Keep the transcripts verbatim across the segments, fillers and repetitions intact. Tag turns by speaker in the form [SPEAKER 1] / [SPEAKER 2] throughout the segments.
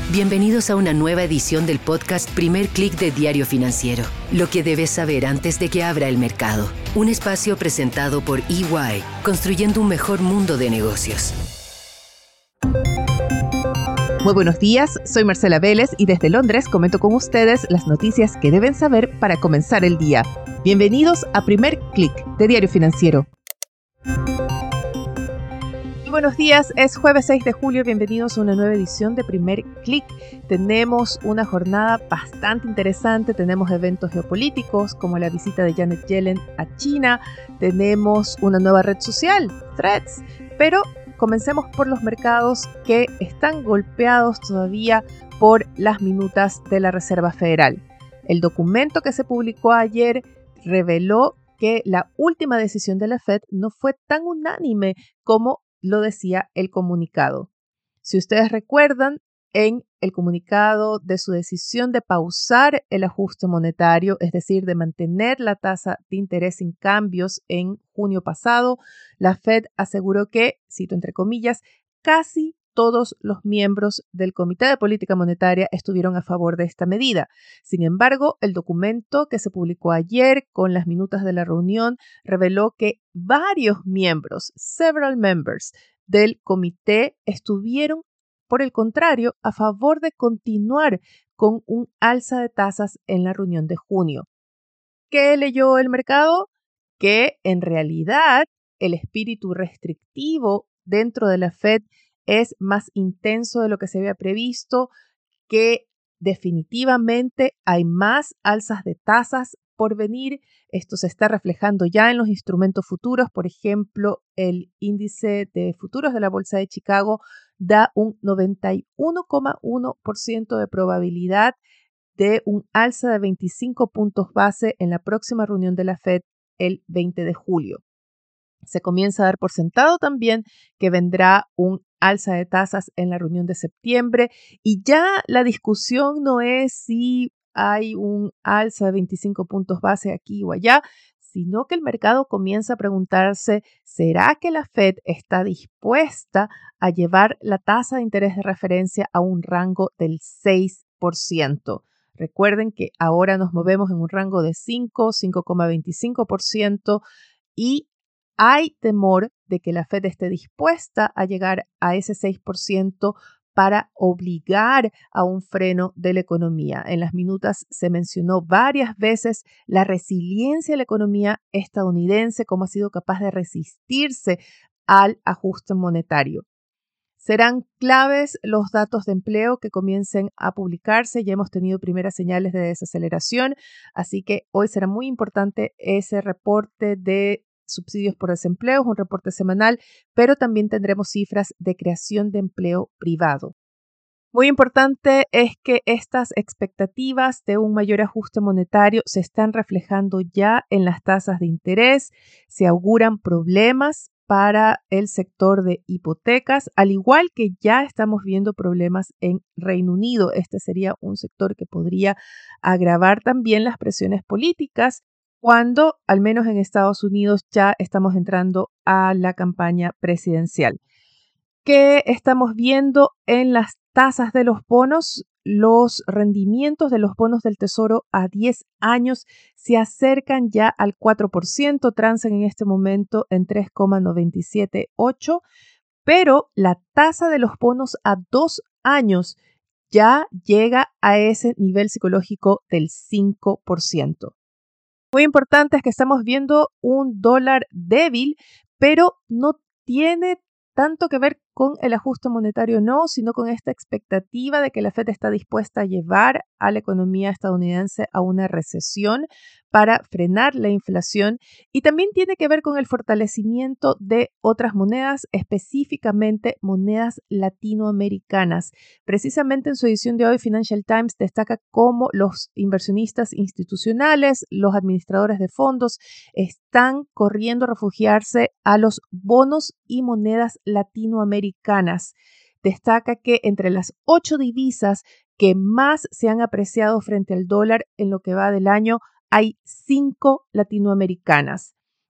[SPEAKER 1] Bienvenidos a una nueva edición del podcast Primer Click de Diario Financiero. Lo que debes saber antes de que abra el mercado. Un espacio presentado por E Y, construyendo un mejor mundo de negocios.
[SPEAKER 2] Muy buenos días, soy Marcela Vélez y desde Londres comento con ustedes las noticias que deben saber para comenzar el día. Bienvenidos a Primer Click de Diario Financiero. Buenos días, es jueves seis de julio, bienvenidos a una nueva edición de Primer Click. Tenemos una jornada bastante interesante, tenemos eventos geopolíticos como la visita de Janet Yellen a China, tenemos una nueva red social, Threads, pero comencemos por los mercados que están golpeados todavía por las minutas de la Reserva Federal. El documento que se publicó ayer reveló que la última decisión de la Fed no fue tan unánime como lo decía el comunicado. Si ustedes recuerdan, en el comunicado de su decisión de pausar el ajuste monetario, es decir, de mantener la tasa de interés sin cambios en junio pasado, la Fed aseguró que, cito entre comillas, casi todos los miembros del Comité de Política Monetaria estuvieron a favor de esta medida. Sin embargo, el documento que se publicó ayer con las minutas de la reunión reveló que varios miembros, several members del comité, estuvieron, por el contrario, a favor de continuar con un alza de tasas en la reunión de junio. ¿Qué leyó el mercado? Que en realidad el espíritu restrictivo dentro de la Fed es más intenso de lo que se había previsto, que definitivamente hay más alzas de tasas por venir. Esto se está reflejando ya en los instrumentos futuros. Por ejemplo, el índice de futuros de la Bolsa de Chicago da un noventa y uno coma uno por ciento de probabilidad de un alza de veinticinco puntos base en la próxima reunión de la Fed el veinte de julio. Se comienza a dar por sentado también que vendrá un alza de tasas en la reunión de septiembre y ya la discusión no es si hay un alza de veinticinco puntos base aquí o allá, sino que el mercado comienza a preguntarse, ¿será que la Fed está dispuesta a llevar la tasa de interés de referencia a un rango del seis por ciento? Recuerden que ahora nos movemos en un rango de cinco, cinco coma veinticinco por ciento y hay temor de que la Fed esté dispuesta a llegar a ese seis por ciento para obligar a un freno de la economía. En las minutas se mencionó varias veces la resiliencia de la economía estadounidense, cómo ha sido capaz de resistirse al ajuste monetario. Serán claves los datos de empleo que comiencen a publicarse. Ya hemos tenido primeras señales de desaceleración, así que hoy será muy importante ese reporte de subsidios por desempleo, es un reporte semanal, pero también tendremos cifras de creación de empleo privado. Muy importante es que estas expectativas de un mayor ajuste monetario se están reflejando ya en las tasas de interés. Se auguran problemas para el sector de hipotecas, al igual que ya estamos viendo problemas en Reino Unido. Este sería un sector que podría agravar también las presiones políticas cuando, al menos en Estados Unidos, ya estamos entrando a la campaña presidencial. ¿Qué estamos viendo en las tasas de los bonos? Los rendimientos de los bonos del Tesoro a diez años se acercan ya al cuatro por ciento, transan en este momento en tres coma noventa y siete ocho, pero la tasa de los bonos a dos años ya llega a ese nivel psicológico del cinco por ciento. Muy importante es que estamos viendo un dólar débil, pero no tiene tanto que ver con el ajuste monetario, no, sino con esta expectativa de que la Fed está dispuesta a llevar a la economía estadounidense a una recesión para frenar la inflación, y también tiene que ver con el fortalecimiento de otras monedas, específicamente monedas latinoamericanas. Precisamente en su edición de hoy, Financial Times destaca cómo los inversionistas institucionales, los administradores de fondos, están corriendo a refugiarse a los bonos y monedas latinoamericanas. Destaca que entre las ocho divisas que más se han apreciado frente al dólar en lo que va del año, hay cinco latinoamericanas.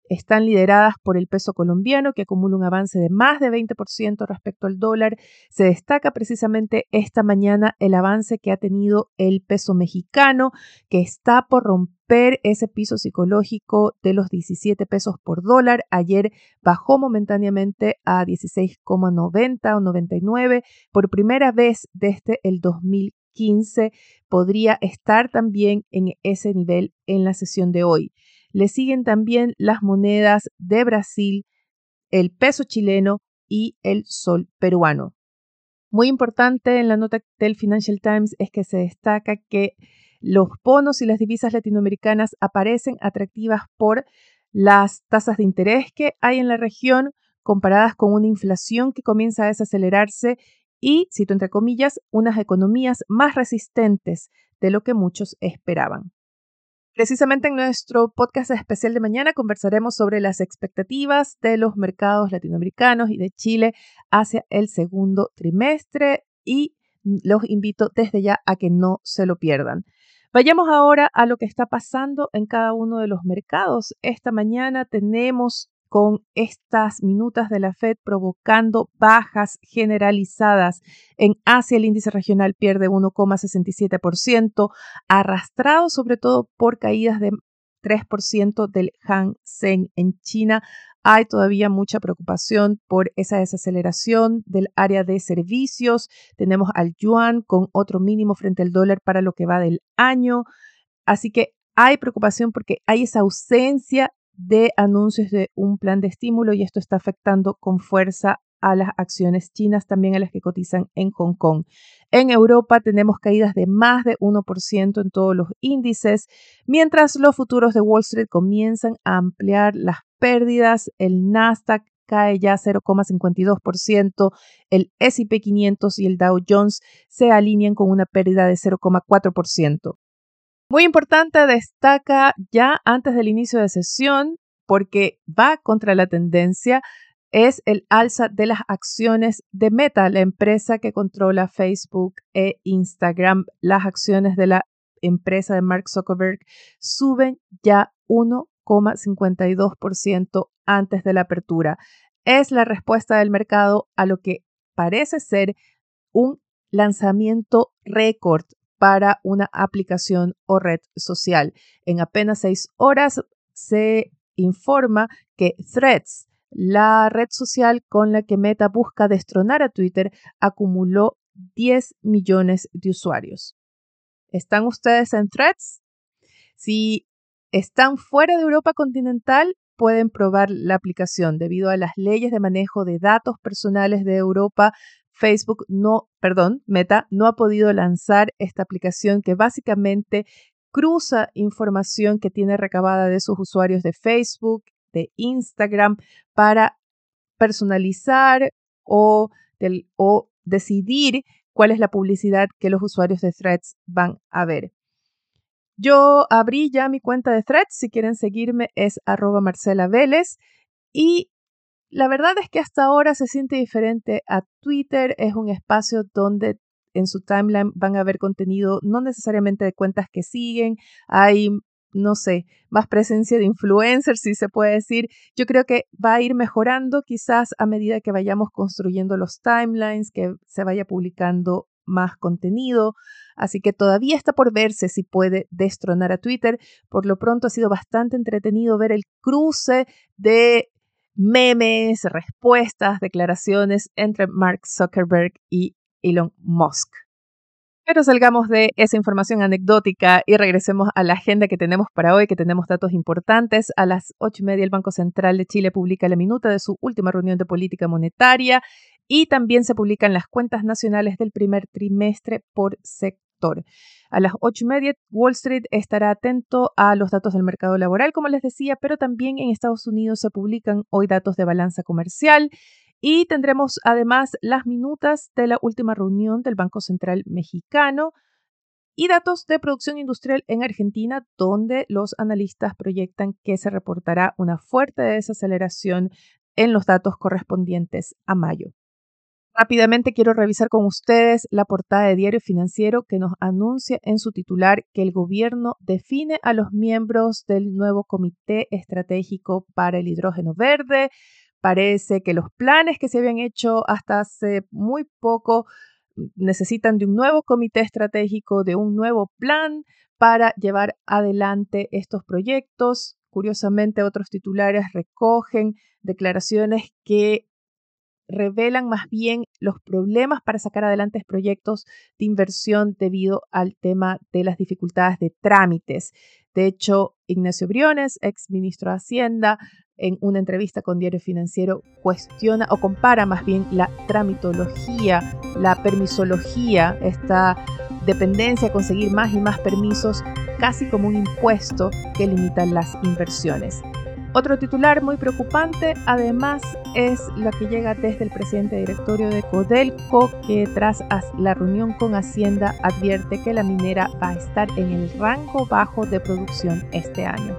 [SPEAKER 2] están lideradas por el peso colombiano, que acumula un avance de más de veinte por ciento respecto al dólar. Se destaca precisamente esta mañana el avance que ha tenido el peso mexicano, que está por romper ese piso psicológico de los diecisiete pesos por dólar. Ayer bajó momentáneamente a dieciséis coma noventa o noventa y nueve. Por primera vez desde el dos mil quince podría estar también en ese nivel en la sesión de hoy. Le siguen también las monedas de Brasil, el peso chileno y el sol peruano. Muy importante en la nota del Financial Times es que se destaca que los bonos y las divisas latinoamericanas aparecen atractivas por las tasas de interés que hay en la región, comparadas con una inflación que comienza a desacelerarse y, cito entre comillas, unas economías más resistentes de lo que muchos esperaban. Precisamente en nuestro podcast especial de mañana conversaremos sobre las expectativas de los mercados latinoamericanos y de Chile hacia el segundo trimestre y los invito desde ya a que no se lo pierdan. Vayamos ahora a lo que está pasando en cada uno de los mercados. Esta mañana tenemos con estas minutas de la Fed provocando bajas generalizadas. En Asia el índice regional pierde uno coma sesenta y siete por ciento, arrastrado sobre todo por caídas de tres por ciento del Hang Seng. En China hay todavía mucha preocupación por esa desaceleración del área de servicios. Tenemos al yuan con otro mínimo frente al dólar para lo que va del año. Así que hay preocupación porque hay esa ausencia de anuncios de un plan de estímulo y esto está afectando con fuerza a las acciones chinas, también a las que cotizan en Hong Kong. En Europa tenemos caídas de más de uno por ciento en todos los índices, mientras los futuros de Wall Street comienzan a ampliar las pérdidas. El Nasdaq cae ya cero coma cincuenta y dos por ciento, el ese y pe quinientos y el Dow Jones se alinean con una pérdida de cero coma cuatro por ciento. Muy importante, destaca ya antes del inicio de sesión, porque va contra la tendencia, es el alza de las acciones de Meta, la empresa que controla Facebook e Instagram. Las acciones de la empresa de Mark Zuckerberg suben ya uno coma cincuenta y dos por ciento antes de la apertura. Es la respuesta del mercado a lo que parece ser un lanzamiento récord para una aplicación o red social. En apenas seis horas se informa que Threads, la red social con la que Meta busca destronar a Twitter, acumuló diez millones de usuarios. ¿Están ustedes en Threads? Si están fuera de Europa continental, pueden probar la aplicación. Debido a las leyes de manejo de datos personales de Europa, Facebook no, perdón, Meta no ha podido lanzar esta aplicación que básicamente cruza información que tiene recabada de sus usuarios de Facebook, de Instagram, para personalizar o, del, o decidir cuál es la publicidad que los usuarios de Threads van a ver. Yo abrí ya mi cuenta de Threads. Si quieren seguirme es arroba Marcela Vélez y la verdad es que hasta ahora se siente diferente a Twitter. Es un espacio donde en su timeline van a ver contenido no necesariamente de cuentas que siguen. Hay, no sé, más presencia de influencers, si se puede decir. Yo creo que va a ir mejorando quizás a medida que vayamos construyendo los timelines, que se vaya publicando más contenido. Así que todavía está por verse si puede destronar a Twitter. Por lo pronto ha sido bastante entretenido ver el cruce de memes, respuestas, declaraciones entre Mark Zuckerberg y Elon Musk. Pero salgamos de esa información anecdótica y regresemos a la agenda que tenemos para hoy, que tenemos datos importantes. A las ocho y media el Banco Central de Chile publica la minuta de su última reunión de política monetaria y también se publican las cuentas nacionales del primer trimestre por sector. A las ocho y media, Wall Street estará atento a los datos del mercado laboral, como les decía, pero también en Estados Unidos se publican hoy datos de balanza comercial y tendremos además las minutas de la última reunión del Banco Central Mexicano y datos de producción industrial en Argentina, donde los analistas proyectan que se reportará una fuerte desaceleración en los datos correspondientes a mayo. Rápidamente quiero revisar con ustedes la portada de Diario Financiero que nos anuncia en su titular que el gobierno define a los miembros del nuevo Comité Estratégico para el Hidrógeno Verde. Parece que los planes que se habían hecho hasta hace muy poco necesitan de un nuevo comité estratégico, de un nuevo plan para llevar adelante estos proyectos. Curiosamente, otros titulares recogen declaraciones que revelan más bien los problemas para sacar adelante proyectos de inversión debido al tema de las dificultades de trámites. De hecho, Ignacio Briones, ex ministro de Hacienda, en una entrevista con Diario Financiero cuestiona o compara más bien la tramitología, la permisología, esta dependencia a conseguir más y más permisos, casi como un impuesto que limita las inversiones. Otro titular muy preocupante, además, es la que llega desde el presidente directorio de Codelco, que tras la reunión con Hacienda advierte que la minera va a estar en el rango bajo de producción este año.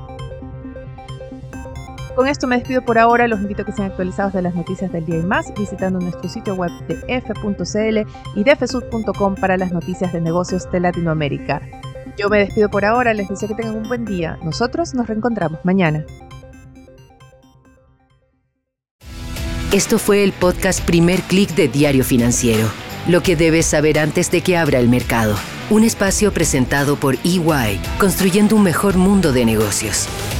[SPEAKER 2] Con esto me despido por ahora. Los invito a que sean actualizados de las noticias del día y más visitando nuestro sitio web de f punto c l y de f sud punto com para las noticias de negocios de Latinoamérica. Yo me despido por ahora, les deseo que tengan un buen día. Nosotros nos reencontramos mañana.
[SPEAKER 1] Esto fue el podcast Primer Click de Diario Financiero. Lo que debes saber antes de que abra el mercado. Un espacio presentado por E Y, construyendo un mejor mundo de negocios.